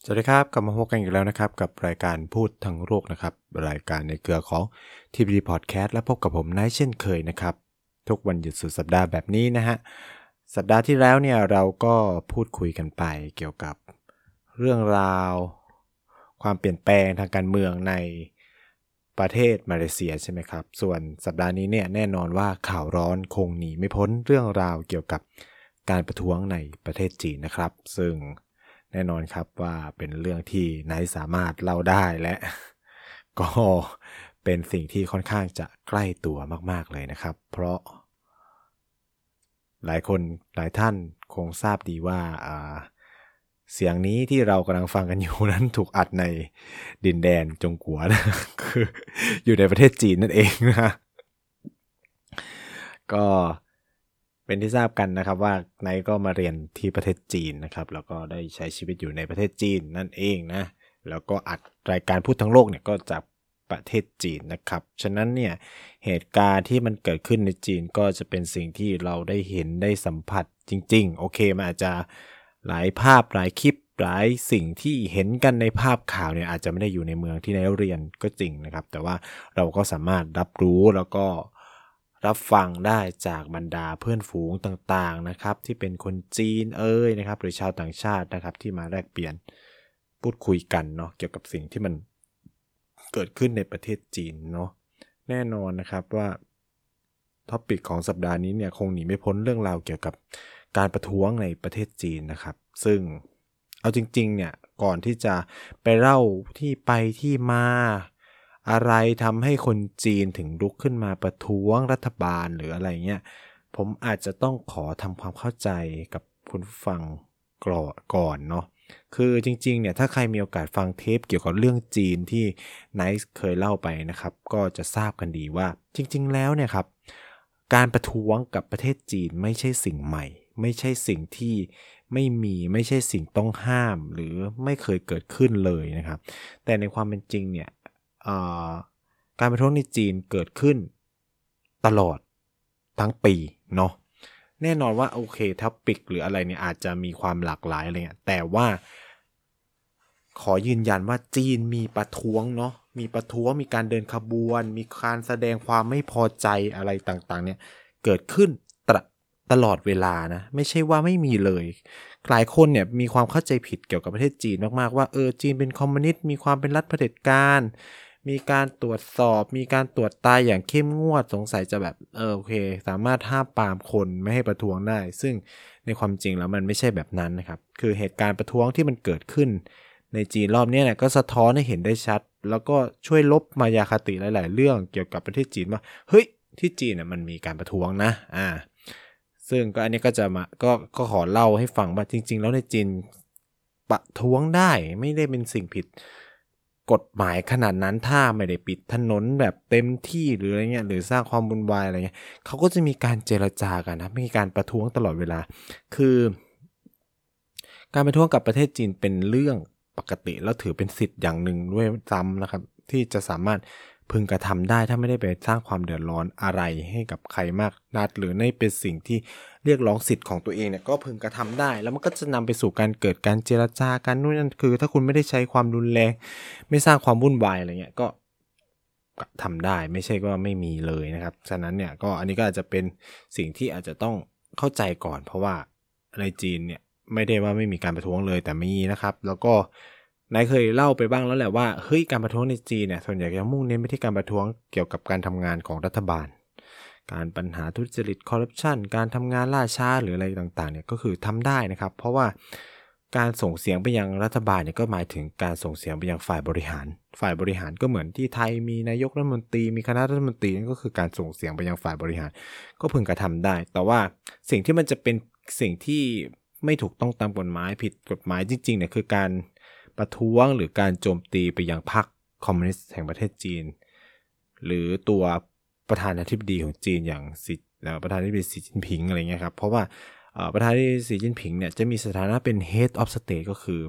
สวัสดีครับกลับมาพบกันอีกแล้วนะครับกับรายการพูดทั้งโลกนะครับรายการในเครือของ TPD Podcast และพบกับผมนายเช่นเคยนะครับทุกวันหยุดสุดสัปดาห์แบบนี้นะฮะสัปดาห์ที่แล้วเนี่ยเราก็พูดคุยกันไปเกี่ยวกับเรื่องราวความเปลี่ยนแปลงทางการเมืองในประเทศมาเลเซียใช่ไหมครับส่วนสัปดาห์นี้เนี่ยแน่นอนว่าข่าวร้อนคงหนีไม่พ้นเรื่องราวเกี่ยวกับการประท้วงในประเทศจีนนะครับซึ่งแน่นอนครับว่าเป็นเรื่องที่นายสามารถเล่าได้และก็เป็นสิ่งที่ค่อนข้างจะใกล้ตัวมากๆเลยนะครับเพราะหลายคนหลายท่านคงทราบดีว่าเสียงนี้ที่เรากำลังฟังกันอยู่นั้นถูกอัดในดินแดนจงกัวนะคืออยู่ในประเทศจีนนั่นเองนะก็เป็นที่ทราบกันนะครับว่าไนท์ก็มาเรียนที่ประเทศจีนนะครับแล้วก็ได้ใช้ชีวิตอยู่ในประเทศจีนนั่นเองนะแล้วก็อัดรายการพูดทั้งโลกเนี่ยก็จากประเทศจีนนะครับฉะนั้นเนี่ยเหตุการณ์ที่มันเกิดขึ้นในจีนก็จะเป็นสิ่งที่เราได้เห็นได้สัมผัสจริงๆโอเคมันอาจจะหลายภาพหลายคลิปหลายสิ่งที่เห็นกันในภาพข่าวเนี่ยอาจจะไม่ได้อยู่ในเมืองที่นายเรียนก็จริงนะครับแต่ว่าเราก็สามารถรับรู้แล้วก็รับฟังได้จากบรรดาเพื่อนฝูงต่างๆนะครับที่เป็นคนจีนนะครับหรือชาวต่างชาตินะครับที่มาแลกเปลี่ยนพูดคุยกันเนาะเกี่ยวกับสิ่งที่มันเกิดขึ้นในประเทศจีนเนาะแน่นอนนะครับว่าท็อปิกของสัปดาห์นี้เนี่ยคงหนีไม่พ้นเรื่องราวเกี่ยวกับการประท้วงในประเทศจีนนะครับซึ่งเอาจริงๆเนี่ยก่อนที่จะไปเล่าที่ไปที่มาอะไรทำให้คนจีนถึงลุกขึ้นมาประท้วงรัฐบาลหรืออะไรเงี้ยผมอาจจะต้องขอทำความเข้าใจกับคุณผู้ฟังก่อนเนาะคือจริงๆเนี่ยถ้าใครมีโอกาสฟังเทปเกี่ยวกับเรื่องจีนที่ไนท์เคยเล่าไปนะครับก็จะทราบกันดีว่าจริงๆแล้วเนี่ยครับการประท้วงกับประเทศจีนไม่ใช่สิ่งใหม่ไม่ใช่สิ่งที่ไม่ใช่สิ่งต้องห้ามหรือไม่เคยเกิดขึ้นเลยนะครับแต่ในความเป็นจริงเนี่ยการประท้วงในจีนเกิดขึ้นตลอดทั้งปีเนาะแน่นอนว่าโอเคท็อปิกหรืออะไรเนี่ยอาจจะมีความหลากหลายอะไรเงี้ยแต่ว่าขอยืนยันว่าจีนมีประท้วงเนาะมีประท้วงมีการเดินขบวนมีการแสดงความไม่พอใจอะไรต่างๆเนี่ยเกิดขึ้นตลอดเวลานะไม่ใช่ว่าไม่มีเลยหลายคนเนี่ยมีความเข้าใจผิดเกี่ยวกับประเทศจีนมากๆว่าจีนเป็นคอมมิวนิสต์มีความเป็นรัฐเผด็จการมีการตรวจสอบมีการตรวจตาอย่างเข้มงวดสงสัยจะแบบโอเคสามารถห้ามปรามคนไม่ให้ประท้วงได้ซึ่งในความจริงแล้วมันไม่ใช่แบบนั้นนะครับคือเหตุการณ์ประท้วงที่มันเกิดขึ้นในจีนรอบนี้เนี่ยก็สะท้อนให้เห็นได้ชัดแล้วก็ช่วยลบมายาคติหลายๆเรื่องเกี่ยวกับประเทศจีนว่าเฮ้ยที่จีนเนี่ยมันมีการประท้วงนะซึ่งก็อันนี้ก็จะมาก็ขอเล่าให้ฟังว่าจริงๆแล้วในจีนประท้วงได้ไม่ได้เป็นสิ่งผิดกฎหมายขนาดนั้นถ้าไม่ได้ปิดถนนแบบเต็มที่หรืออะไรเงี้ยหรือสร้างความวุ่นวายอะไรเงี้ยเขาก็จะมีการเจรจากันนะมีการประท้วงตลอดเวลาคือการประท้วงกับประเทศจีนเป็นเรื่องปกติแล้วถือเป็นสิทธิ์อย่างหนึ่งด้วยซ้ำนะครับที่จะสามารถพึงกระทำได้ถ้าไม่ได้ไปสร้างความเดือดร้อนอะไรให้กับใครมากนักหรือในเป็นสิ่งที่เรียกร้องสิทธิ์ของตัวเองเนี่ยก็พึงกระทำได้แล้วมันก็จะนำไปสู่การเกิดการเจรจากันนู่นนั่นคือถ้าคุณไม่ได้ใช้ความรุนแรงไม่สร้างความวุ่นวายอะไรเงี้ยก็ทำได้ไม่ใช่ว่าไม่มีเลยนะครับฉะนั้นเนี่ยก็อันนี้ก็อาจจะเป็นสิ่งที่อาจจะต้องเข้าใจก่อนเพราะว่าในจีนเนี่ยไม่ได้ว่าไม่มีการประท้วงเลยแต่มีนะครับแล้วก็นายเคยเล่าไปบ้างแล้วแหละว่าเฮ้ยการประท้วงในจีนเนี่ยส่วนใหญ่จะมุ่งเน้นไปที่การประท้วงเกี่ยวกับการทำงานของรัฐบาลการปัญหาทุจริตคอร์รัปชันการทำงานล่าช้าหรืออะไรต่างๆเนี่ยก็คือทำได้นะครับเพราะว่าการส่งเสียงไปยังรัฐบาลเนี่ยก็หมายถึงการส่งเสียงไปยังฝ่ายบริหารก็เหมือนที่ไทยมีนายกรัฐมนตรีมีคณะรัฐมนตรีนั่นก็คือการส่งเสียงไปยังฝ่ายบริหารก็พึงกระทำได้แต่ว่าสิ่งที่มันจะเป็นสิ่งที่ไม่ถูกต้องตามกฎหมายผิดกฎหมายจริงๆเนี่ยคือการประท้วงหรือการโจมตีไปยังพรรคคอมมิวนิสต์แห่งประเทศจีนหรือตัวประธานาธิบดีของจีนอย่างประธานาธิบดีสีจิ้นผิงอะไรเงี้ยครับเพราะว่าประธานาธิบดีสีจิ้นผิงเนี่ยจะมีสถานะเป็น Head of State ก็คือ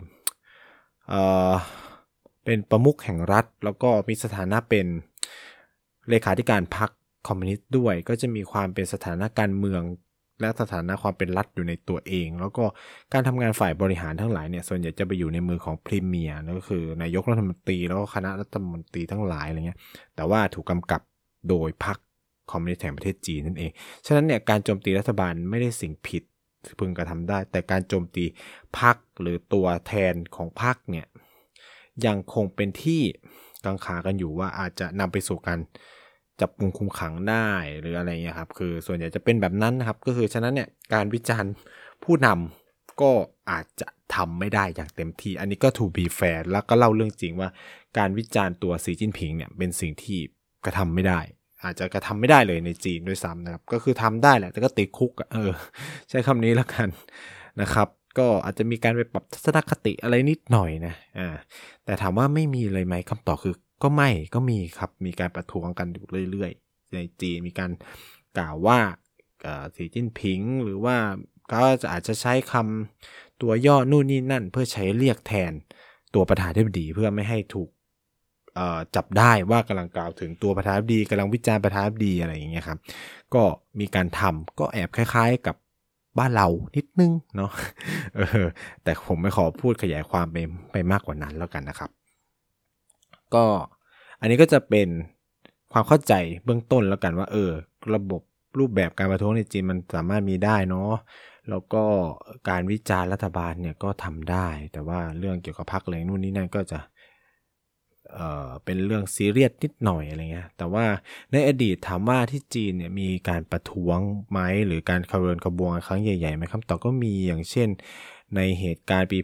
เป็นประมุขแห่งรัฐแล้วก็มีสถานะเป็นเลขาธิการพรรคคอมมิวนิสต์ด้วยก็จะมีความเป็นสถานะการเมืองและสถานะความเป็นรัฐอยู่ในตัวเองแล้วก็การทำงานฝ่ายบริหารทั้งหลายเนี่ยส่วนใหญ่จะไปอยู่ในมือของพรีเมียร์ก็คือนายกรัฐมนตรีแล้วก็คณะรัฐมนตรีทั้งหลายอะไรเงี้ยแต่ว่าถูกกำกับโดยพรรคคอมมิวนิสต์แห่งประเทศจีนนั่นเองฉะนั้นเนี่ยการโจมตีรัฐบาลไม่ได้สิ่งผิดพึงกระทำได้แต่การโจมตีพรรคหรือตัวแทนของพรรคเนี่ยยังคงเป็นที่กังขากันอยู่ว่าอาจจะนำไปสู่การจับกุมคุมขังได้หรืออะไรเงี้ยครับคือส่วนใหญ่จะเป็นแบบนั้นนะครับก็คือฉะนั้นเนี่ยการวิจารณ์ผู้นำก็อาจจะทำไม่ได้อย่างเต็มที่อันนี้ก็ to be fair แล้วก็เล่าเรื่องจริงว่าการวิจารณ์ตัวสีจิ้นผิงเนี่ยเป็นสิ่งที่กระทำไม่ได้อาจจะกระทำไม่ได้เลยในจีนด้วยซ้ำนะครับก็คือทำได้แหละแต่ก็ติดคุกใช้คำนี้แล้วกันนะครับก็อาจจะมีการไปปรับทัศนคติอะไรนิดหน่อยนะแต่ถามว่าไม่มีเลยไหมคำตอบคือก็ไม่ก็มีครับมีการประท้วงกันอยู่เรื่อยๆในจีนมีการกล่าวว่าสีจิ้นผิงหรือว่าก็อาจจะใช้คำตัวย่อนู่นนี่นั่นเพื่อใช้เรียกแทนตัวประธานาธิบดีเพื่อไม่ให้ถูกจับได้ว่ากำลังกล่าวถึงตัวประธานาธิบดีกำลังวิจารณ์ประธานาธิบดีอะไรอย่างเงี้ยครับก็มีการทำก็แอบคล้ายๆกับบ้านเรานิดนึงเนาะแต่ผมไม่ขอพูดขยายความไปมากกว่านั้นแล้วกันนะครับก็อันนี้ก็จะเป็นความเข้าใจเบื้องต้นแล้วกันว่าระบบรูปแบบการประท้วงในจีนมันสามารถมีได้เนาะแล้วก็การวิจารณ์รัฐบาลเนี่ยก็ทำได้แต่ว่าเรื่องเกี่ยวกับพรรคอะไรนู่นนี่นั่นก็จะเป็นเรื่องซีเรียสนิดหน่อยอะไรเงี้ยแต่ว่าในอดีตถามว่าที่จีนเนี่ยมีการประท้วงไหมหรือการขบวนครั้งใหญ่ๆไหมคำตอบก็มีอย่างเช่นในเหตุการณ์ปี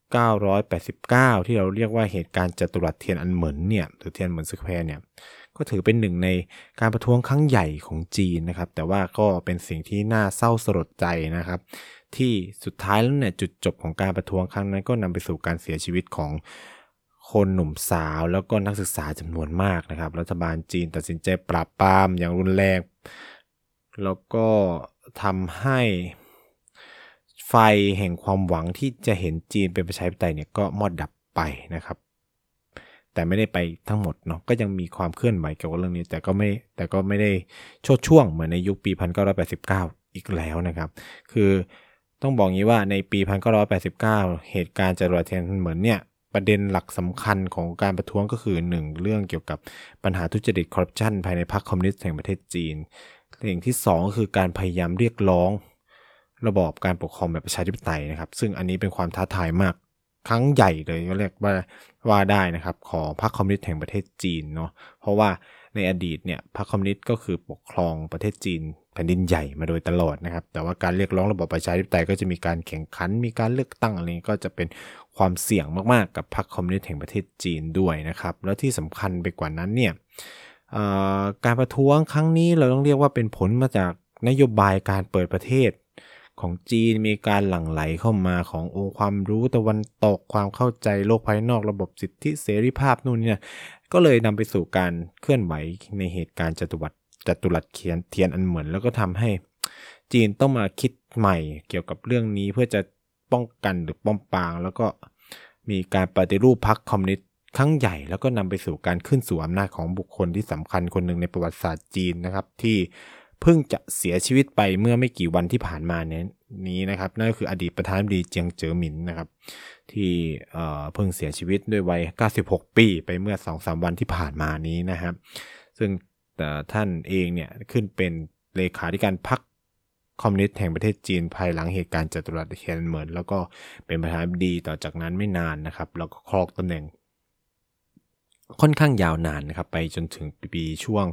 1989ที่เราเรียกว่าเหตุการณ์จตุรัสเทียนอันเหมินเนี่ยหรือเทียนเหมินสแควร์เนี่ยก็ถือเป็นหนึ่งในการประท้วงครั้งใหญ่ของจีนนะครับแต่ว่าก็เป็นสิ่งที่น่าเศร้าสลดใจนะครับที่สุดท้ายแล้วเนี่ยจุดจบของการประท้วงครั้งนั้นก็นำไปสู่การเสียชีวิตของคนหนุ่มสาวแล้วก็นักศึกษาจำนวนมากนะครับรัฐบาลจีนตัดสินใจปราบปรามอย่างรุนแรงแล้วก็ทำให้ไฟแห่งความหวังที่จะเห็นจีนเป็นประชาธิปไตยเนี่ยก็มอดดับไปนะครับแต่ไม่ได้ไปทั้งหมดเนาะก็ยังมีความเคลื่อนไหวเกี่ยวกับเรื่องนี้แต่ก็ไม่ได้โชดช่วงเหมือนในยุคปี1989อีกแล้วนะครับคือต้องบอกงี้ว่าในปี1989เหตุการณ์จตุรัสเทียนอันเหมินเนี่ยประเด็นหลักสำคัญของการประท้วงก็คือ 1. เรื่องเกี่ยวกับปัญหาทุจริตคอร์รัปชันภายในพรรคคอมมิวนิสต์แห่งประเทศจีนอย่างที่2ก็คือการพยายามเรียกร้องระบอบการปกครองแบบประชาธิปไตยนะครับซึ่งอันนี้เป็นความท้าทายมากครั้งใหญ่เลยก็เรียกว่าได้นะครับของพรรคคอมมิวนิสต์แห่งประเทศจีนเนาะเพราะว่าในอดีตเนี่ยพรรคคอมมิวนิสต์ก็คือปกครองประเทศจีนแผ่นดินใหญ่มาโดยตลอดนะครับแต่ว่าการเรียกร้องระบอบประชาธิปไตยก็จะมีการแข่งขันมีการเลือกตั้งอะไรก็จะเป็นความเสี่ยงมากๆกับพรรคคอมมิวนิสต์แห่งประเทศจีนด้วยนะครับแล้วที่สำคัญไปกว่านั้นเนี่ยการประท้วงครั้งนี้เราต้องเรียกว่าเป็นผลมาจากนโยบายการเปิดประเทศของจีนมีการหลั่งไหลเข้ามาขององค์ความรู้ตะวันตกความเข้าใจโลกภายนอกระบบสิทธิเสรีภาพนู่นเนี่ยก็เลยนำไปสู่การเคลื่อนไหวในเหตุการณ์จตุรัสเทียนอันเหมินแล้วก็ทำให้จีนต้องมาคิดใหม่เกี่ยวกับเรื่องนี้เพื่อจะป้องกันหรือป้องปรางแล้วก็มีการปฏิรูปพรรคคอมมิวนิสต์ครั้งใหญ่แล้วก็นำไปสู่การขึ้นสู่อำนาจของบุคคลที่สำคัญคนหนึ่งในประวัติศาสตร์จีนนะครับที่เพิ่งจะเสียชีวิตไปเมื่อไม่กี่วันที่ผ่านมานี้นะครับนั่นก็คืออดีตประธานาธิบดีเจียงเจ๋อหมินนะครับที่เพิ่งเสียชีวิตด้วยวัย96 ปีไปเมื่อ 2-3 วันที่ผ่านมานี้นะครับซึ่งท่านเองเนี่ยขึ้นเป็นเลขาธิการพรรคคอมมิวนิสต์แห่งประเทศจีนภายหลังเหตุการณ์จตุรัสเทียนอันเหมินแล้วก็เป็นประธานาธิบดีต่อจากนั้นไม่นานนะครับแล้วก็ครองตำแหน่งค่อนข้างยาวนานนะครับไปจนถึงปีช่วง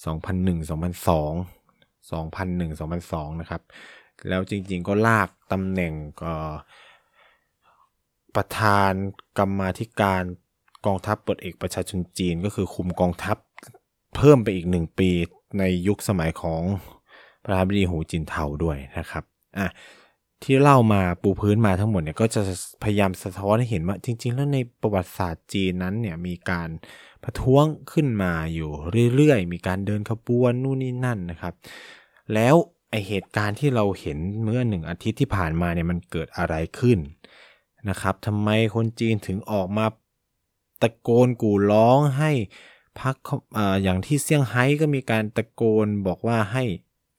2002 นะครับแล้วจริงๆก็ลากตำแหน่งประธานกรรมาธิการกองทัพปลดเอกประชาชนจีนก็คือคุมกองทัพเพิ่มไปอีก1 ปีในยุคสมัยของประธานาธิบดีหูจินเทาด้วยนะครับที่เล่ามาปูพื้นมาทั้งหมดเนี่ยก็จะพยายามสะท้อนให้เห็นว่าจริงๆแล้วในประวัติศาสตร์จีนนั้นเนี่ยมีการประท้วงขึ้นมาอยู่เรื่อยๆมีการเดินขบวนนู่นนี่นั่นนะครับแล้วไอเหตุการณ์ที่เราเห็นเมื่อ1 อาทิตย์ที่ผ่านมาเนี่ยมันเกิดอะไรขึ้นนะครับทำไมคนจีนถึงออกมาตะโกนกู่ร้องให้พรรคอย่างที่เซี่ยงไฮ้ก็มีการตะโกนบอกว่าให้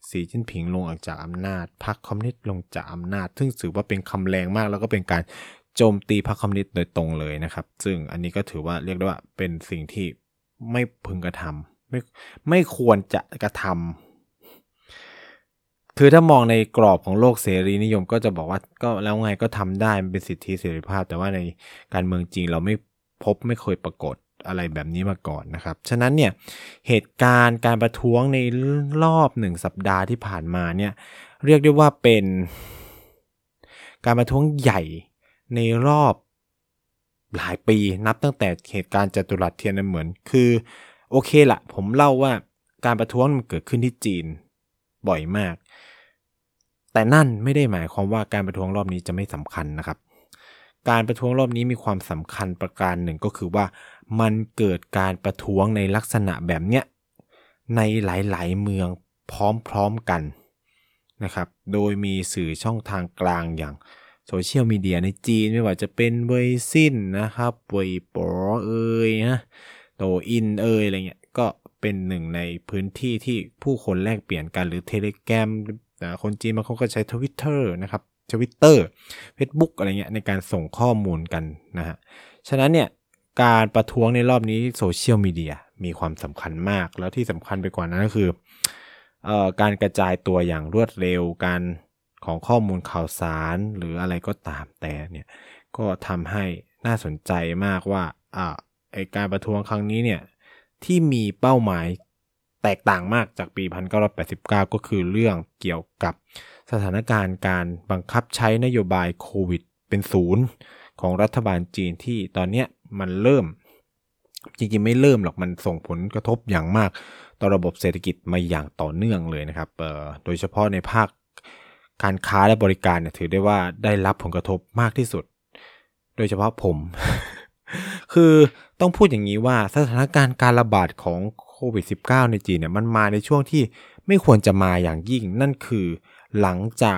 สีจิ้นผิงลงออกจากอำนาจพรรคคอมมิวนิสต์ลงจากอำนาจซึ่งถือว่าเป็นคำแรงมากแล้วก็เป็นการโจมตีพรรคคอมมิวนิสต์โดยตรงเลยนะครับซึ่งอันนี้ก็ถือว่าเรียกได้ว่าเป็นสิ่งที่ไม่พึงกระทำไม่ควรจะกระทำคือถ้ามองในกรอบของโลกเสรีนิยมก็จะบอกว่าก็แล้วไงก็ทำได้มันเป็นสิทธิเสรีภาพแต่ว่าในการเมืองจริงเราไม่เคยปรากฏอะไรแบบนี้มาก่อนนะครับฉะนั้นเนี่ยเหตุการณ์การประท้วงในรอบ1 สัปดาห์ที่ผ่านมาเนี่ยเรียกได้ว่าเป็นการประท้วงใหญ่ในรอบหลายปีนับตั้งแต่เหตุการณ์จตุรัสเทียนอันเหมือนคือโอเคละผมเล่าว่าการประท้วงมันเกิดขึ้นที่จีนบ่อยมากแต่นั่นไม่ได้หมายความว่าการประท้วงรอบนี้จะไม่สำคัญนะครับการประท้วงรอบนี้มีความสำคัญประการหนึ่งก็คือว่ามันเกิดการประท้วงในลักษณะแบบเนี้ยในหลายๆเมืองพร้อมๆกันนะครับโดยมีสื่อช่องทางกลางอย่างโซเชียลมีเดียในจีนไม่ว่าจะเป็นเว่ยซิ่นนะครับเว่ยป๋อนะโตอินอะไรเงี้ยก็เป็นหนึ่งในพื้นที่ที่ผู้คนแลกเปลี่ยนกันหรือเทเลแกรมคนจีนบางคนก็ใช้ Twitter นะครับ Twitter Facebook อะไรเงี้ยในการส่งข้อมูลกันนะฮะฉะนั้นเนี่ยการประท้วงในรอบนี้โซเชียลมีเดียมีความสำคัญมากแล้วที่สำคัญไปกว่านั้นก็คือการกระจายตัวอย่างรวดเร็วการของข้อมูลข่าวสารหรืออะไรก็ตามแต่เนี่ยก็ทำให้น่าสนใจมากว่าการประท้วงครั้งนี้เนี่ยที่มีเป้าหมายแตกต่างมากจากปี 1989 ก็คือเรื่องเกี่ยวกับสถานการณ์การบังคับใช้นโยบายโควิดเป็นศูนย์ของรัฐบาลจีนที่ตอนนี้มันเริ่มจริงๆไม่เริ่มหรอกมันส่งผลกระทบอย่างมากต่อระบบเศรษฐกิจมาอย่างต่อเนื่องเลยนะครับโดยเฉพาะในภาคการค้าและบริการเนี่ยถือได้ว่าได้รับผลกระทบมากที่สุดโดยเฉพาะผม คือต้องพูดอย่างนี้ว่าสถานการณ์การระบาดของโควิด -19 ในจีนเนี่ยมันมาในช่วงที่ไม่ควรจะมาอย่างยิ่งนั่นคือหลังจาก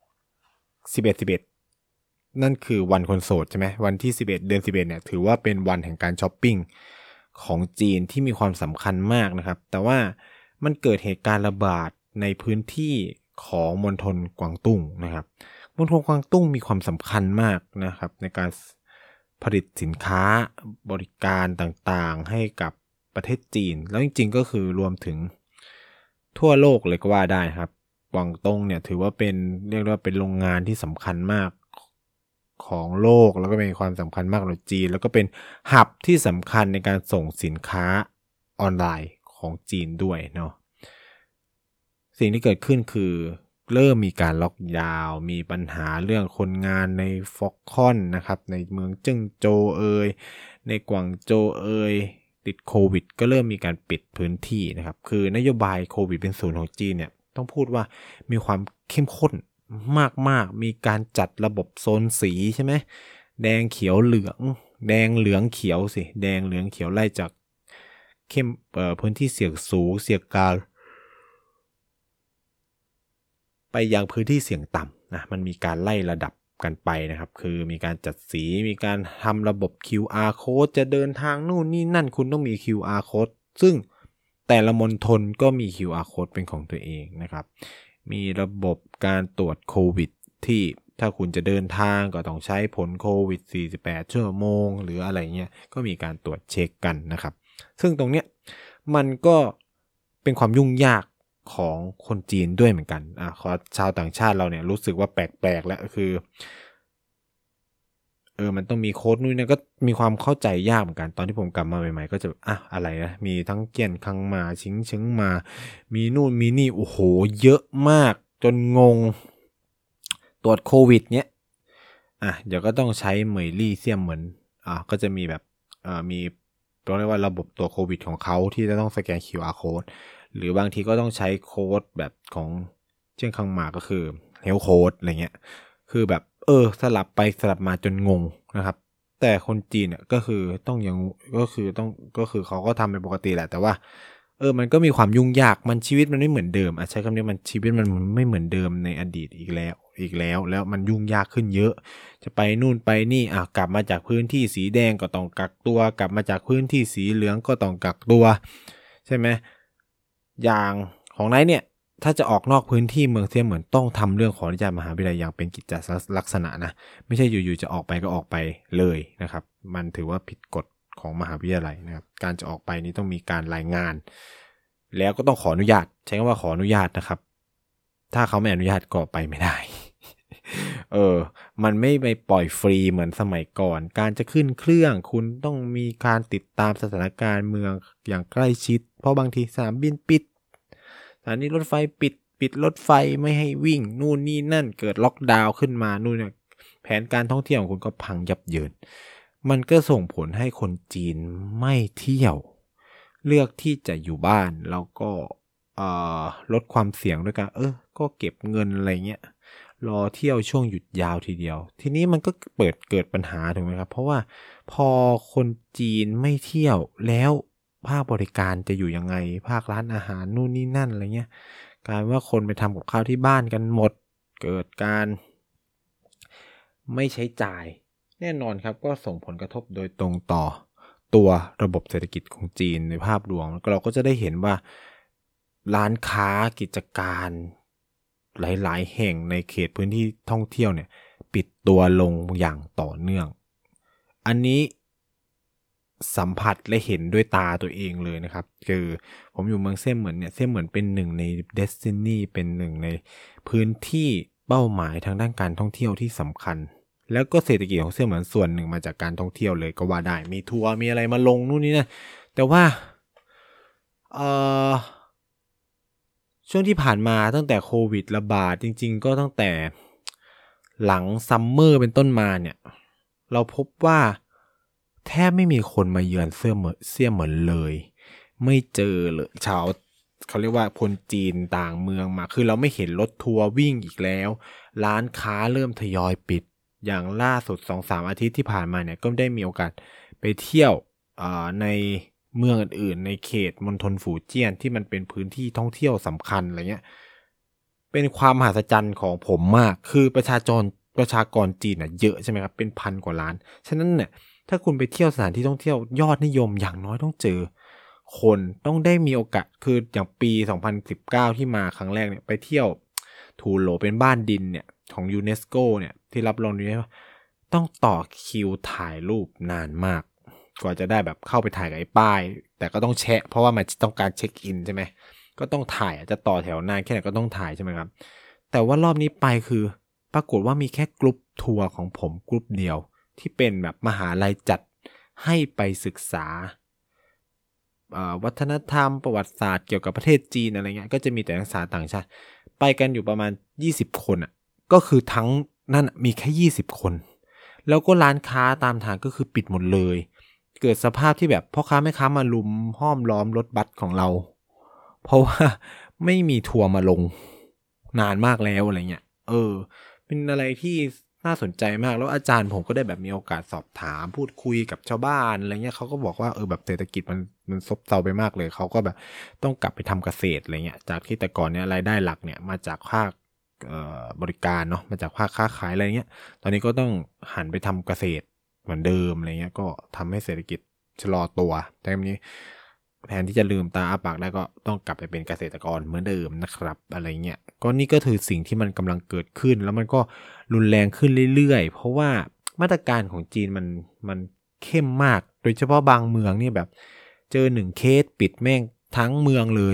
11.11นั่นคือวันคนโสดใช่ไหมวันที่11เดือน11เนี่ยถือว่าเป็นวันแห่งการช้อปปิ้งของจีนที่มีความสำคัญมากนะครับแต่ว่ามันเกิดเหตุการณ์ระบาดในพื้นที่ของมณฑลกวางตุ้งนะครับมณฑลกวางตุ้งมีความสำคัญมากนะครับในการผลิตสินค้าบริการต่างๆให้กับประเทศจีนแล้วจริงๆก็คือรวมถึงทั่วโลกเลยก็ว่าได้ครับกวางตุ้งเนี่ยถือว่าเป็นเรียกว่าเป็นโรงงานที่สำคัญมากของโลกแล้วก็มีความสำคัญมากในจีนแล้วก็เป็นหับที่สำคัญในการส่งสินค้าออนไลน์ของจีนด้วยเนาะสิ่งที่เกิดขึ้นคือเริ่มมีการล็อกดาวน์มีปัญหาเรื่องคนงานในฟ็อกคอนนะครับในเมืองเจิ้งโจวในกวางโจวติดโควิดก็เริ่มมีการปิดพื้นที่นะครับคือนโยบายโควิดเป็นศูนย์ของจีนเนี่ยต้องพูดว่ามีความเข้มข้นมากๆมีการจัดระบบโซนสีใช่ไหมแดงเขียวเหลืองแดงเหลืองเขียวสิแดงเหลืองเขียวไล่จากเข้มพื้นที่เสี่ยงสูงเสี่ยงกลางไปยังพื้นที่เสี่ยงต่ำนะมันมีการไล่ระดับกันไปนะครับคือมีการจัดสีมีการทำระบบ QR code จะเดินทางนู่นนี่นั่นคุณต้องมี QR code ซึ่งแต่ละมณฑลก็มี QR code เป็นของตัวเองนะครับมีระบบการตรวจโควิดที่ถ้าคุณจะเดินทางก็ต้องใช้ผลโควิด48 ชั่วโมงหรืออะไรเงี้ยก็มีการตรวจเช็คกันนะครับซึ่งตรงเนี้ยมันก็เป็นความยุ่งยากของคนจีนด้วยเหมือนกันชาวต่างชาติเราเนี่ยรู้สึกว่าแปลกๆแล้วคือมันต้องมีโค้ดนู่นนี่ก็มีความเข้าใจยากเหมือนกันตอนที่ผมกลับมาใหม่ๆก็จะอะไรนะมีทั้งเจี้ยนคังมาชิงเฉิงมามีนู่นมีนี่โอ้โหเยอะมากจนงงตรวจโควิดเนี้ยเดี๋ยวก็ต้องใช้เหมยลี่เซี่ยมเหมือนก็จะมีแบบมีเรียกว่าระบบตัวโควิดของเขาที่จะต้องสแกน QR code หรือบางทีก็ต้องใช้โค้ดแบบของเจี้ยนคังมาก็คือเฮลโค้ดอะไรเงี้ยคือแบบสลับไปสลับมาจนงงนะครับแต่คนจีนเนี่ยก็คือต้องยังก็คือเขาก็ทำเป็นปกติแหละแต่ว่ามันก็มีความยุ่งยากมันชีวิตมันไม่เหมือนเดิมใช้คำนี้มันชีวิตมันไม่เหมือนเดิมในอดีตอีกแล้วมันยุ่งยากขึ้นเยอะจะไปนู่นไปนี่กลับมาจากพื้นที่สีแดงก็ต้องกักตัวกลับมาจากพื้นที่สีเหลืองก็ต้องกักตัวใช่ไหมอย่างของนายเนี่ยถ้าจะออกนอกพื้นที่เมืองเซี่ยเหมือนต้องทำเรื่องขออนุญาตมหาวิทยาลัยอย่างเป็นกิจลักษณะนะไม่ใช่อยู่ๆจะออกไปก็ออกไปเลยนะครับมันถือว่าผิดกฎของมหาวิทยาลัยนะครับการจะออกไปนี้ต้องมีการรายงานแล้วก็ต้องขออนุญาตใช้คำว่าขออนุญาตนะครับถ้าเขาไม่อนุญาตก็ไปไม่ได้ มันไม่ไปปล่อยฟรีเหมือนสมัยก่อนการจะขึ้นเครื่องคุณต้องมีการติดตามสถานการณ์เมืองอย่างใกล้ชิดเพราะบางทีสนามบินปิดสถานีรถไฟปิดรถไฟไม่ให้วิ่งนู่นนี่นั่นเกิดล็อกดาวน์ขึ้นมานู่นเนี่ยแผนการท่องเที่ยวของคุณก็พังยับเยินมันก็ส่งผลให้คนจีนไม่เที่ยวเลือกที่จะอยู่บ้านแล้วก็ลดความเสี่ยงด้วยกันก็เก็บเงินอะไรเงี้ยรอเที่ยวช่วงหยุดยาวทีเดียวทีนี้มันก็เกิดปัญหาถูกไหมครับเพราะว่าพอคนจีนไม่เที่ยวแล้วภาคบริการจะอยู่ยังไงภาคร้านอาหารนู่นนี่นั่นอะไรเงี้ยกลายว่าคนไปทำกับข้าวที่บ้านกันหมดเกิดการไม่ใช้จ่ายแน่นอนครับก็ส่งผลกระทบโดยตรงต่อตัวระบบเศรษฐกิจของจีนในภาพรวมเราก็จะได้เห็นว่าร้านค้ากิจการหลายๆแห่งในเขตพื้นที่ท่องเที่ยวเนี่ยปิดตัวลงอย่างต่อเนื่องอันนี้สัมผัสและเห็นด้วยตาตัวเองเลยนะครับคือผมอยู่เมืองเซี่ยเหมินเนี่ยเซี่ยเหมินเป็นหนึ่งในเดสตินีเป็นหนึ่งในพื้นที่เป้าหมายทางด้านการท่องเที่ยวที่สำคัญแล้วก็เศรษฐกิจของเซี่ยเหมินส่วนหนึ่งมาจากการท่องเที่ยวเลยก็ว่าได้มีทัวร์มีอะไรมาลงนู่นนี่นะแต่ว่าช่วงที่ผ่านมาตั้งแต่โควิดระบาดจริงๆก็ตั้งแต่หลังซัมเมอร์เป็นต้นมาเนี่ยเราพบว่าแทบไม่มีคนมาเยือนเซี่ยเหมินเลยไม่เจอเลยชาวเขาเรียกว่าคนจีนต่างเมืองมาคือเราไม่เห็นรถทัวร์วิ่งอีกแล้วร้านค้าเริ่มทยอยปิดอย่างล่าสุด 2-3 อาทิตย์ที่ผ่านมาเนี่ยก็ได้มีโอกาสไปเที่ยวในเมืองอื่นๆในเขตมณฑลฝูเจี้ยนที่มันเป็นพื้นที่ท่องเที่ยวสำคัญอะไรเงี้ยเป็นความมหัศจรรย์ของผมมากคือประชากรจีนน่ะเยอะใช่ไหมครับเป็นพันกว่าล้านฉะนั้นเนี่ยถ้าคุณไปเที่ยวสถานที่ท่องเที่ยวยอดนิยมอย่างน้อยต้องเจอคนต้องได้มีโอกาสคืออย่างปี2019ที่มาครั้งแรกเนี่ยไปเที่ยวทูโหลเป็นบ้านดินเนี่ยของยูเนสโกเนี่ยที่รับรองยูเนสโกต้องต่อคิวถ่ายรูปนานมากกว่าจะได้แบบเข้าไปถ่ายกับไอ้ป้ายแต่ก็ต้องแชะเพราะว่ามันต้องการเช็คอินใช่ไหมก็ต้องถ่ายจะต่อแถวนานแค่ไหนก็ต้องถ่ายใช่ไหมครับแต่ว่ารอบนี้ไปคือปรากฏว่ามีแค่กลุ่มทัวร์ของผมกลุ่มเดียวที่เป็นแบบมหาลัยจัดให้ไปศึกษาวัฒนธรรมประวัติศาสตร์เกี่ยวกับประเทศจีนอะไรเงี้ยก็จะมีแต่นักศึกษาต่างชาติไปกันอยู่ประมาณ20คนอ่ะก็คือทั้งนั่นมีแค่20คนแล้วก็ร้านค้าตามทางก็คือปิดหมดเลยเกิดสภาพที่แบบพ่อค้าแม่ค้ามาลุมห้อมล้อมรถบัสของเราเพราะว่าไม่มีทัวร์มาลงนานมากแล้วอะไรเงี้ยเป็นอะไรที่น่าสนใจมากแล้วอาจารย์ผมก็ได้แบบมีโอกาสสอบถามพูดคุยกับชาวบ้านอะไรเงี้ยเขาก็บอกว่าแบบเศรษฐกิจมันซบเซาไปมากเลยเขาก็แบบต้องกลับไปทำเกษตรอะไรเงี้ยจากที่แต่ก่อนเนี่ยรายได้หลักเนี่ยมาจากภาคบริการเนาะมาจากภาคค้าขายอะไรเงี้ยตอนนี้ก็ต้องหันไปทำเกษตรเหมือนเดิมอะไรเงี้ยก็ทำให้เศรษฐกิจชะลอตัวแต่ทีนี้แทนที่จะลืมตาอ้าปากได้ก็ต้องกลับไปเป็นเกษตรกรเหมือนเดิมนะครับอะไรเงี้ยก็นี่ก็คือสิ่งที่มันกำลังเกิดขึ้นแล้วมันก็รุนแรงขึ้นเรื่อยๆเพราะว่ามาตรการของจีนมันเข้มมากโดยเฉพาะบางเมืองเนี่ยแบบเจอ1เคสปิดแม่งทั้งเมืองเลย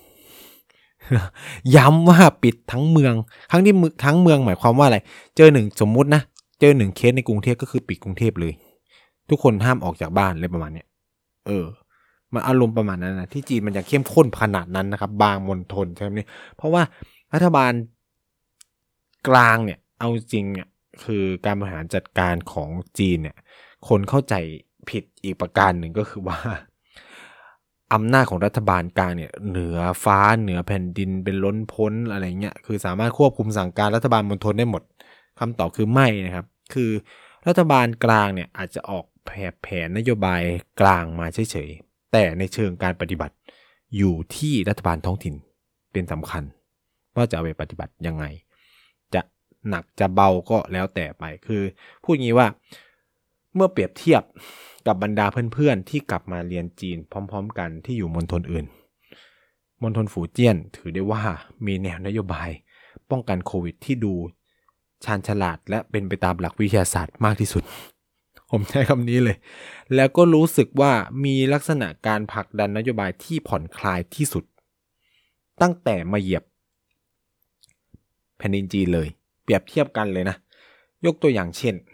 ย้ำว่าปิดทั้งเมืองทั้งเมืองหมายความว่าอะไรเจอสมมุตินะเจอ1เคสในกรุงเทพก็คือปิดกรุงเทพเลยทุกคนห้ามออกจากบ้านอะไรประมาณเนี้ยมันอารมณ์ประมาณนั้นนะที่จีนมันจะเข้มข้นขนาดนั้นนะครับบางมณฑลใช่ไหมเพราะว่ารัฐบาลกลางเนี่ยเอาจริงเนี่ยคือการบริหารจัดการของจีนเนี่ยคนเข้าใจผิดอีกประการหนึ่งก็คือว่าอำนาจของรัฐบาลกลางเนี่ยเหนือฟ้าเหนือแผ่นดินเป็นล้นพ้นอะไรเงี้ยคือสามารถควบคุมสั่งการรัฐบาลมณฑลได้หมดคำตอบคือไม่นะครับคือรัฐบาลกลางเนี่ยอาจจะออกแผนนโยบายกลางมาเฉยๆแต่ในเชิงการปฏิบัติอยู่ที่รัฐบาลท้องถิ่นเป็นสำคัญว่าจะเอาไปปฏิบัติยังไงจะหนักจะเบาก็แล้วแต่ไปคือพูดงี้ว่าเมื่อเปรียบเทียบกับบรรดาเพื่อนๆที่กลับมาเรียนจีนพร้อมๆกันที่อยู่มณฑลอื่นมณฑลฝูเจี้ยนถือได้ว่ามีแนวนโยบายป้องกันโควิดที่ดูชาญฉลาดและเป็นไปตามหลักวิทยาศาสตร์มากที่สุดผมใช้คำนี้เลยแล้วก็รู้สึกว่ามีลักษณะการผลักดันนโยบายที่ผ่อนคลายที่สุดตั้งแต่มาเหยียบแผ่นดินจีนเลยเปรียบเทียบกันเลยนะยกตัวอย่างเช่น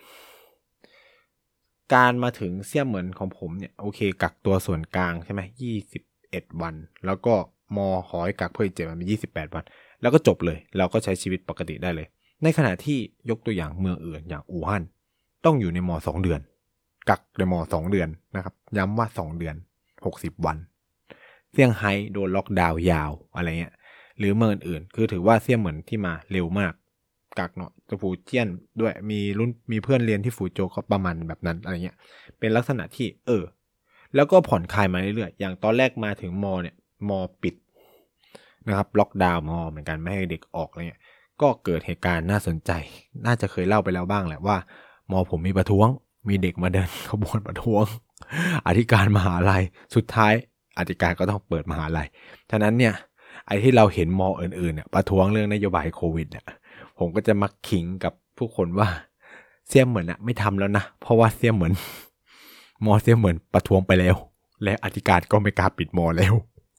การมาถึงเสี่ยเหมือนของผมเนี่ยโอเคกักตัวส่วนกลางใช่ไหม21 วันแล้วก็ขอให้กักเพิ่มอีก7 วันเป็น28 วันแล้วก็จบเลยเราก็ใช้ชีวิตปกติได้เลยในขณะที่ยกตัวอย่างเมืองอื่นอย่างอู่ฮั่นต้องอยู่ใน2 เดือนกักใน2 เดือนนะครับย้ำว่า2 เดือน60 วันเซี่ยงไฮ้โดนล็อกดาวน์ยาวอะไรเงี้ยหรือเมืองอื่นคือถือว่าเซี่ยเหมือนที่มาเร็วมากกักเนาะจะฝูเจี้ยนด้วยมีเพื่อนเรียนที่ฝูโจวก็ประมาณแบบนั้นอะไรเงี้ยเป็นลักษณะที่แล้วก็ผ่อนคลายมาเรื่อยๆอย่างตอนแรกมาถึงเนี่ยปิดนะครับล็อกดาวน์เหมือนกันไม่ให้เด็กออกอะไรเงี้ยก็เกิดเหตุการณ์น่าสนใจน่าจะเคยเล่าไปแล้วบ้างแหละว่าผมมีประท้วงมีเด็กมาเดินขบวนประท้วงอธิการมหาลัยสุดท้ายอธิการก็ต้องเปิดมหาลัยฉะนั้นเนี่ยไอ้ที่เราเห็นอื่นๆเนี่ยประท้วงเรื่องนโยบายโควิดเนี่ยผมก็จะมักขิงกับผู้คนว่าเสี่ยเหมือนไม่ทำแล้วนะเพราะว่าเสี่ยเหมือนเสี่ยเหมือนประท้วงไปแล้วและอธิการก็ไม่กล้าปิดแล้ว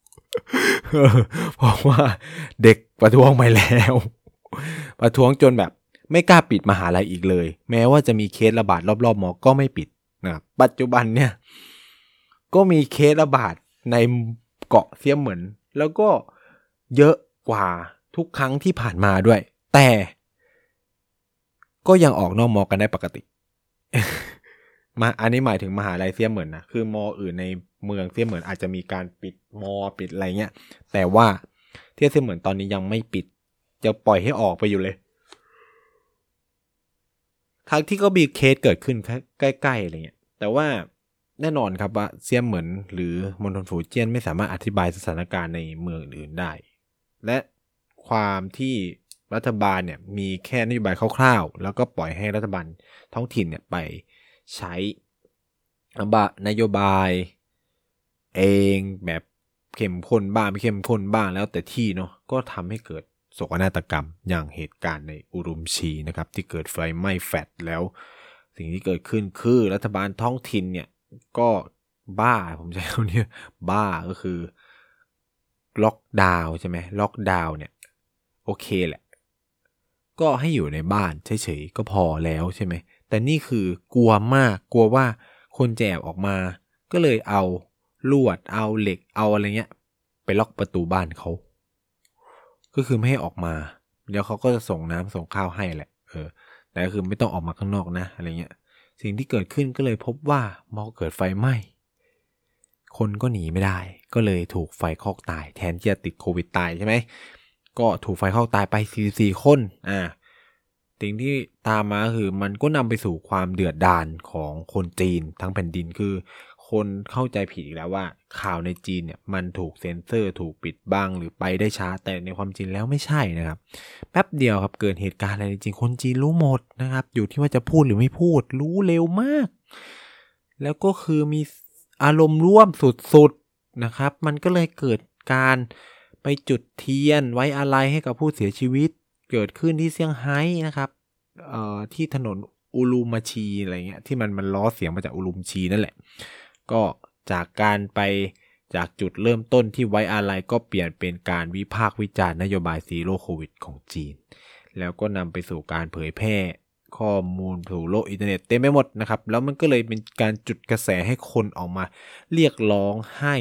เพราะว่าเด็กประท้วงไปแล้วประท้วงจนแบบไม่กล้าปิดมหาลัยอีกเลยแม้ว่าจะมีเคสระบาดรอบๆก็ไม่ปิดนะครับปัจจุบันเนี่ยก็มีเคสระบาดในเกาะเสี่ยเหมือนแล้วก็เยอะกว่าทุกครั้งที่ผ่านมาด้วยแต่ก็ยังออกนอกกันได้ปกติ อันนี้หมายถึงมหาลัยเสี่ยเหมือนนะคืออื่นในเมืองเสี่ยเหมือนอาจจะมีการปิดปิดอะไรเงี้ยแต่ว่าที่เสี่ยเหมือนตอนนี้ยังไม่ปิดจะปล่อยให้ออกไปอยู่เลยครั้งที่ก็มีเคสเกิดขึ้นใกล้ๆอะไรเงี้ยแต่ว่าแน่นอนครับว่าเสี่ยเหมือนหรือมณฑลฝูเจี้ยนไม่สามารถอธิบายสถานการณ์ในเมืองอื่นได้และความที่รัฐบาลเนี่ยมีแค่นโยบายคร่าวๆแล้วก็ปล่อยให้รัฐบาลท้องถิ่นเนี่ยไปใช้นโยบายเองแบบเข้มข้นบ้างไม่เข้มข้นบ้างแล้วแต่ที่เนาะก็ทำให้เกิดโศกนาฏกรรมอย่างเหตุการณ์ในอุรุมชีนะครับที่เกิดไฟไหม้แฟลตแล้วสิ่งที่เกิดขึ้นคือรัฐบาลท้องถิ่นเนี่ยก็บ้าผมใช้คำนี้บ้าก็คือล็อกดาวน์ใช่ไหมล็อกดาวน์เนี่ยโอเคแหละก็ให้อยู่ในบ้านเฉยๆก็พอแล้วใช่ไหมแต่นี่คือกลัวมากกลัวว่าคนจะแอบออกมาก็เลยเอาลวดเอาเหล็กเอาอะไรเงี้ยไปล็อกประตูบ้านเขาก็คือไม่ให้ออกมาเดี๋ยวเขาก็จะส่งน้ำส่งข้าวให้แหละแต่ก็คือไม่ต้องออกมาข้างนอกนะอะไรเงี้ยสิ่งที่เกิดขึ้นก็เลยพบว่าเกิดไฟไหม้คนก็หนีไม่ได้ก็เลยถูกไฟคลอกตายแทนที่จะติดโควิดตายใช่ไหมก็ถูกไฟคลอกตายไป44 คนสิ่งที่ตามมาคือมันก็นำไปสู่ความเดือดดาลของคนจีนทั้งแผ่นดินคือคนเข้าใจผิดอีกแล้วว่าข่าวในจีนเนี่ยมันถูกเซ็นเซอร์ถูกปิดบังหรือไปได้ช้าแต่ในความจริงแล้วไม่ใช่นะครับแป๊บเดียวครับเกิดเหตุการณ์อะไรจริงคนจีนรู้หมดนะครับอยู่ที่ว่าจะพูดหรือไม่พูดรู้เร็วมากแล้วก็คือมีอารมณ์ร่วมสุดๆนะครับมันก็เลยเกิดการไปจุดเทียนไว้อาลัยให้กับผู้เสียชีวิตเกิดขึ้นที่เซี่ยงไฮ้นะครับที่ถนนอุรุมชีอะไรเงี้ยที่มันล้อเสียงมาจากอุรุมชีนั่นแหละก็จากการไปจากจุดเริ่มต้นที่ไว้อาลัยก็เปลี่ยนเป็นการวิพากษ์วิจารณ์นโยบายซีโร่โควิดของจีนแล้วก็นำไปสู่การเผยแพร่ข้อมูลสู่โลกอินเทอร์เน็ตเต็มไปหมดนะครับแล้วมันก็เลยเป็นการจุดกระแสให้คนออกมาเรียกร้องให้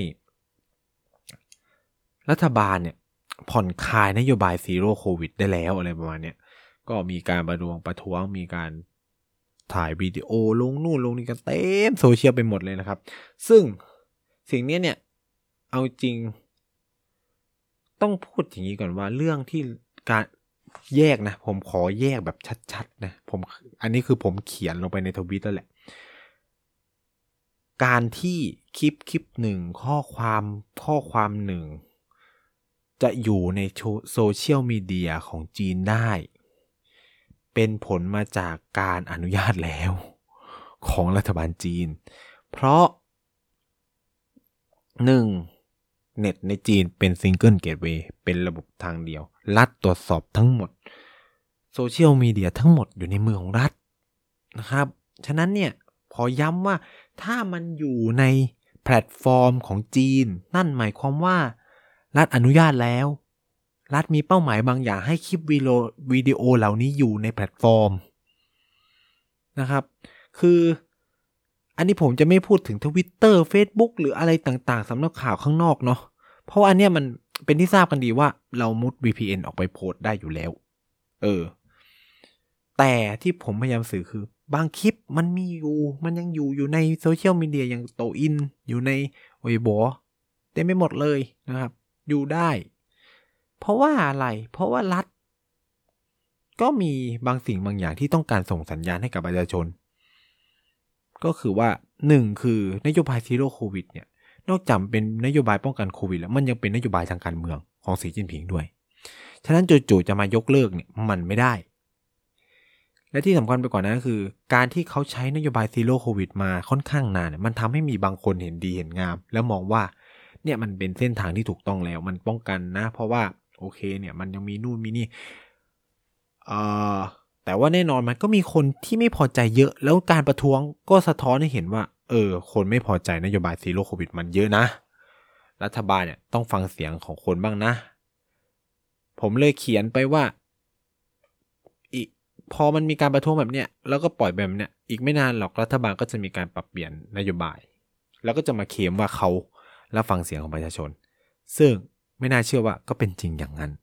รัฐบาลเนี่ยผ่อนคลายนโยบายซีโร่โควิดได้แล้วอะไรประมาณนี้ก็มีการประท้วงมีการถ่ายวิดีโอลงนู่นลงนี่กันเต็มโซเชียลไปหมดเลยนะครับซึ่งสิ่งนี้เนี่ยเอาจริงต้องพูดอย่างนี้ก่อนว่าเรื่องที่การแยกนะผมขอแยกแบบชัดๆนะอันนี้คือผมเขียนลงไปในทวิตแล้วแหละการที่คลิปหนึ่งข้อความหนึ่งจะอยู่ในโซเชียลมีเดียของจีนได้เป็นผลมาจากการอนุญาตแล้วของรัฐบาลจีนเพราะ1 เน็ตในจีนเป็นซิงเกิลเกตเวย์เป็นระบบทางเดียวรัฐตรวจสอบทั้งหมดโซเชียลมีเดียทั้งหมดอยู่ในมือของรัฐนะครับฉะนั้นเนี่ยขอย้ำว่าถ้ามันอยู่ในแพลตฟอร์มของจีนนั่นหมายความว่ารัฐอนุญาตแล้วรัฐมีเป้าหมายบางอย่างให้คลิปวิดีโอเหล่านี้อยู่ในแพลตฟอร์มนะครับคืออันนี้ผมจะไม่พูดถึง Twitter Facebook หรืออะไรต่างๆสำนักข่าวข้างนอกเนาะเพราะอันเนี้ยมันเป็นที่ทราบกันดีว่าเรามุด VPN ออกไปโพสต์ได้อยู่แล้วแต่ที่ผมพยายามสื่อคือบางคลิปมันมีอยู่มันยังอยู่ในโซเชียลมีเดียอย่างโตอินอยู่ในเว็บเต็มไปหมดเลยนะครับอยู่ได้เพราะว่าอะไรเพราะว่ารัฐก็มีบางสิ่งบางอย่างที่ต้องการส่งสัญญาณให้กับประชาชนก็คือว่า1คือนโยบายซีโร่โควิดเนี่ยนอกจากเป็นนโยบายป้องกันโควิดแล้วมันยังเป็นนโยบายทางการเมืองของสีจิ้นผิงด้วยฉะนั้นจู่ๆจะมายกเลิกเนี่ยมันไม่ได้และที่สำคัญไปกว่านั้นก็คือการที่เขาใช้นโยบายซีโร่โควิดมาค่อนข้างนานเนี่ยมันทำให้มีบางคนเห็นดีเห็นงามแล้วมองว่าเนี่ยมันเป็นเส้นทางที่ถูกต้องแล้วมันป้องกันนะเพราะว่าโอเคเนี่ยมันยังมีนู่นมีนี่แต่ว่าแน่นอนมันก็มีคนที่ไม่พอใจเยอะแล้วการประท้วงก็สะท้อนให้เห็นว่าคนไม่พอใจนโยบายซีโร่โควิดมันเยอะนะรัฐบาลเนี่ยต้องฟังเสียงของคนบ้างนะผมเลยเขียนไปว่าพอมันมีการประท้วงแบบเนี้ยแล้วก็ปล่อยแบบเนี้ยอีกไม่นานหรอกรัฐบาลก็จะมีการปรับเปลี่ยนนโยบายแล้วก็จะมาเคลมว่าเขารับฟังเสียงของประชาชนซึ่งไม่น่าเชื่อว่าก็เป็นจริงอย่างนั้น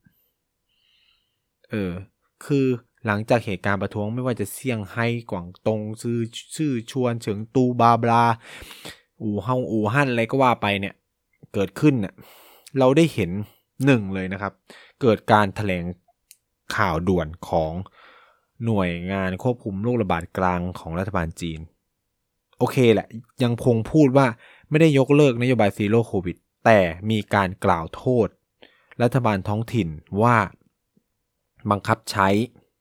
คือหลังจากเหตุการณ์ประท้วงไม่ว่าจะเซี่ยงไฮ้กวางตงซื่อชวนเฉิงตูบาบลาอู่ฮั่นอะไรก็ว่าไปเนี่ยเกิดขึ้นเนี่ยเราได้เห็นเลยนะครับเกิดการแถลงข่าวด่วนของหน่วยงานควบคุมโรคระบาดกลางของรัฐบาลจีนโอเคแหละยังคงพูดว่าไม่ได้ยกเลิกนโยบายซีโร่โควิดแต่มีการกล่าวโทษรัฐบาลท้องถิ่นว่าบังคับใช้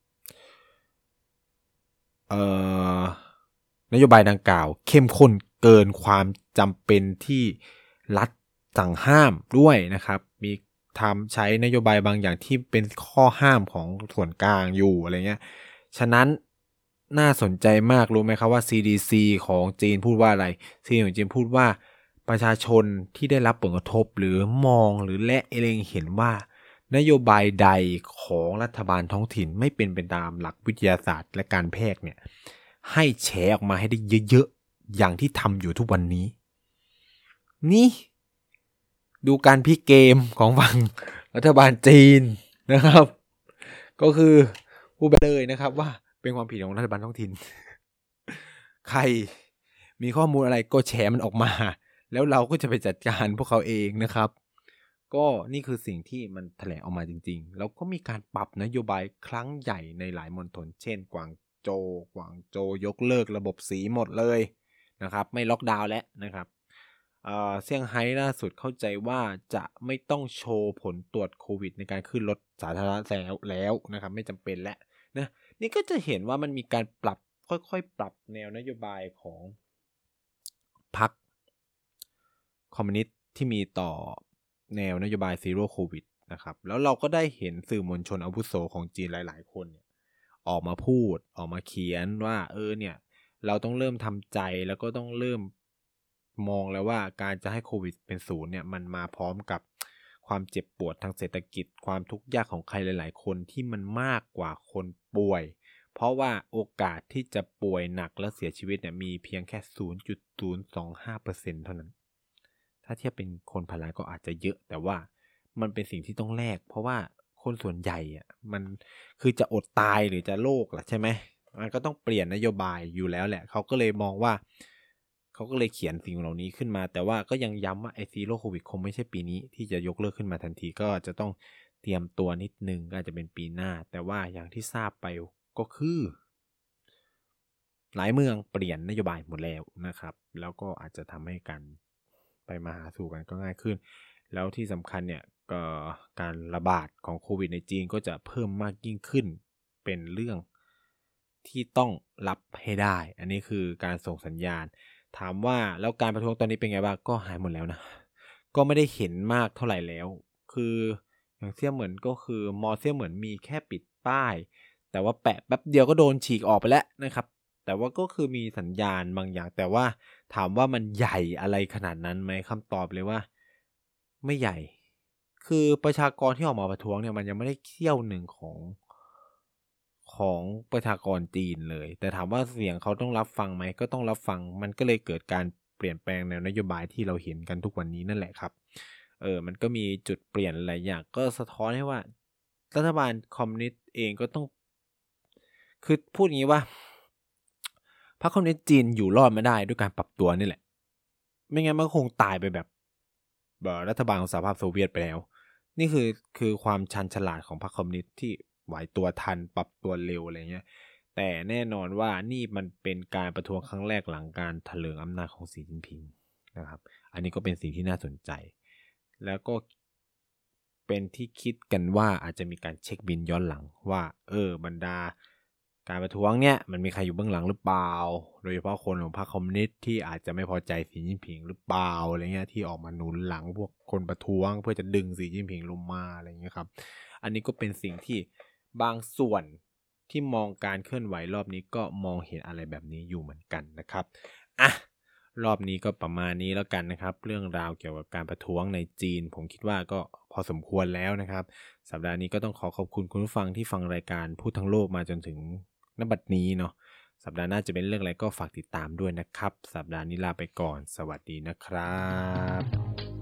นโยบายดังกล่าวเข้มข้นเกินความจำเป็นที่รัฐสั่งห้ามด้วยนะครับมีทำใช้นโยบายบางอย่างที่เป็นข้อห้ามของส่วนกลางอยู่อะไรเงี้ยฉะนั้นน่าสนใจมากรู้ไหมครับว่า CDC ของจีนพูดว่าอะไร CDC ของจีนพูดว่าประชาชนที่ได้รับผลกระทบหรือมองหรือและเล็งเห็นว่านโยบายใดของรัฐบาลท้องถิ่นไม่เป็นไปตามหลักวิทยาศาสตร์และการแพทย์เนี่ยให้แฉออกมาให้ได้เยอะๆอย่างที่ทำอยู่ทุกวันนี้นี่ดูการพลิกเกมของฝั่งรัฐบาลจีนนะครับก็คือพูดไปเลยนะครับว่าเป็นความผิดของรัฐบาลท้องถิ่นใครมีข้อมูลอะไรก็แชร์มันออกมาแล้วเราก็จะไปจัดการพวกเขาเองนะครับก็นี่คือสิ่งที่มันแถลงออกมาจริงๆแล้วก็มีการปรับนโยบายครั้งใหญ่ในหลายมณฑลเช่นกวางโจยกเลิกระบบสีหมดเลยนะครับไม่ล็อกดาวน์แล้วนะครับเซี่ยงไฮ้ล่าสุดเข้าใจว่าจะไม่ต้องโชว์ผลตรวจโควิดในการขึ้นรถสาธารณะแล้วนะครับไม่จำเป็นแล้วนะนี่ก็จะเห็นว่ามันมีการปรับค่อยๆปรับแนวนโยบายของพรรคคอมมิวนิสต์ที่มีต่อแนวนโยบายซีโร่โควิดนะครับแล้วเราก็ได้เห็นสื่อมวลชนอาวุโสของจีนหลายๆคนเนี่ยออกมาพูดออกมาเขียนว่าเนี่ยเราต้องเริ่มทำใจแล้วก็ต้องเริ่มมองแล้วว่าการจะให้โควิดเป็นศูนย์เนี่ยมันมาพร้อมกับความเจ็บปวดทางเศรษฐกิจความทุกข์ยากของใครหลายๆคนที่มันมากกว่าคนป่วยเพราะว่าโอกาสที่จะป่วยหนักและเสียชีวิตเนี่ยมีเพียงแค่ 0.025% เท่านั้นถ้าเทียบเป็นคนพันล้านก็อาจจะเยอะแต่ว่ามันเป็นสิ่งที่ต้องแลกเพราะว่าคนส่วนใหญ่อ่ะมันคือจะอดตายหรือจะโรคล่ะใช่ไหมมันก็ต้องเปลี่ยนนโยบายอยู่แล้วแหละเขาก็เลยมองว่าเขาก็เลยเขียนสิ่งเหล่านี้ขึ้นมาแต่ว่าก็ยังย้ำว่าไอซีโร่โควิดคงไม่ใช่ปีนี้ที่จะยกเลิกขึ้นมาทันทีก็จะต้องเตรียมตัวนิดนึงก็อาจจะเป็นปีหน้าแต่ว่าอย่างที่ทราบไปก็คือหลายเมืองเปลี่ยนนโยบายหมดแล้วนะครับแล้วก็อาจจะทำให้การไปมาหาสู่กันก็ง่ายขึ้นแล้วที่สำคัญเนี่ยก็การระบาดของโควิดในจีนก็จะเพิ่มมากยิ่งขึ้นเป็นเรื่องที่ต้องรับให้ได้อันนี้คือการส่งสัญญาณถามว่าแล้วการประท้วงตอนนี้เป็นไงบ้างก็หายหมดแล้วนะก็ไม่ได้เห็นมากเท่าไหร่แล้วคืออย่างเสี่ยเหมือนก็คือมอเสี่ยเหมือนมีแค่ปิดป้ายแต่ว่าแปะแป๊บเดียวก็โดนฉีกออกไปแล้วนะครับแต่ว่าก็คือมีสัญญาณบางอย่างแต่ว่าถามว่ามันใหญ่อะไรขนาดนั้นไหมคำตอบเลยว่าไม่ใหญ่คือประชากรที่ออกมาประท้วงเนี่ยมันยังไม่ได้เขี้ยวหนึ่งของประชากรจีนเลยแต่ถามว่าเสียงเขาต้องรับฟังไหมก็ต้องรับฟังมันก็เลยเกิดการเปลี่ยนแปลงแนวนโยบายที่เราเห็นกันทุกวันนี้นั่นแหละครับมันก็มีจุดเปลี่ยนหลายอย่างก็สะท้อนให้ว่ารัฐบาลคอมมิวนิสต์เองก็ต้องคือพูดอย่างนี้ว่าพรรคคอมมิวนิสต์จีนอยู่รอดไม่ได้ด้วยการปรับตัวนี่แหละไม่งั้นมันคงตายไปแบบรัฐบาลของสหภาพโซเวียตไปแล้วนี่คือความชันฉลาดของพรรคคอมมิวนิสต์ที่ไหวตัวทันปรับตัวเร็วอะไรเงี้ยแต่แน่นอนว่านี่มันเป็นการประท้วงครั้งแรกหลังการเถลิงอำนาจของสีจิ้นผิงนะครับอันนี้ก็เป็นสิ่งที่น่าสนใจแล้วก็เป็นที่คิดกันว่าอาจจะมีการเช็คบินย้อนหลังว่าบรรดาการประท้วงเนี่ยมันมีใครอยู่เบื้องหลังหรือเปล่าโดยเฉพาะคนของพรรคคอมมิวนิสต์ที่อาจจะไม่พอใจสีจิ้นผิงหรือเปล่าอะไรเงี้ยที่ออกมาหนุนหลังพวกคนประท้วงเพื่อจะดึงสีจิ้นผิงลงมาอะไรเงี้ยครับอันนี้ก็เป็นสิ่งที่บางส่วนที่มองการเคลื่อนไหวรอบนี้ก็มองเห็นอะไรแบบนี้อยู่เหมือนกันนะครับอ่ะรอบนี้ก็ประมาณนี้แล้วกันนะครับเรื่องราวเกี่ยวกับการประท้วงในจีนผมคิดว่าก็พอสมควรแล้วนะครับสัปดาห์นี้ก็ต้องขอบคุณคุณผู้ฟังที่ฟังรายการพูดทั้งโลกมาจนถึงณบัดนี้เนาะสัปดาห์หน้าจะเป็นเรื่องอะไรก็ฝากติดตามด้วยนะครับสัปดาห์นี้ลาไปก่อนสวัสดีนะครับ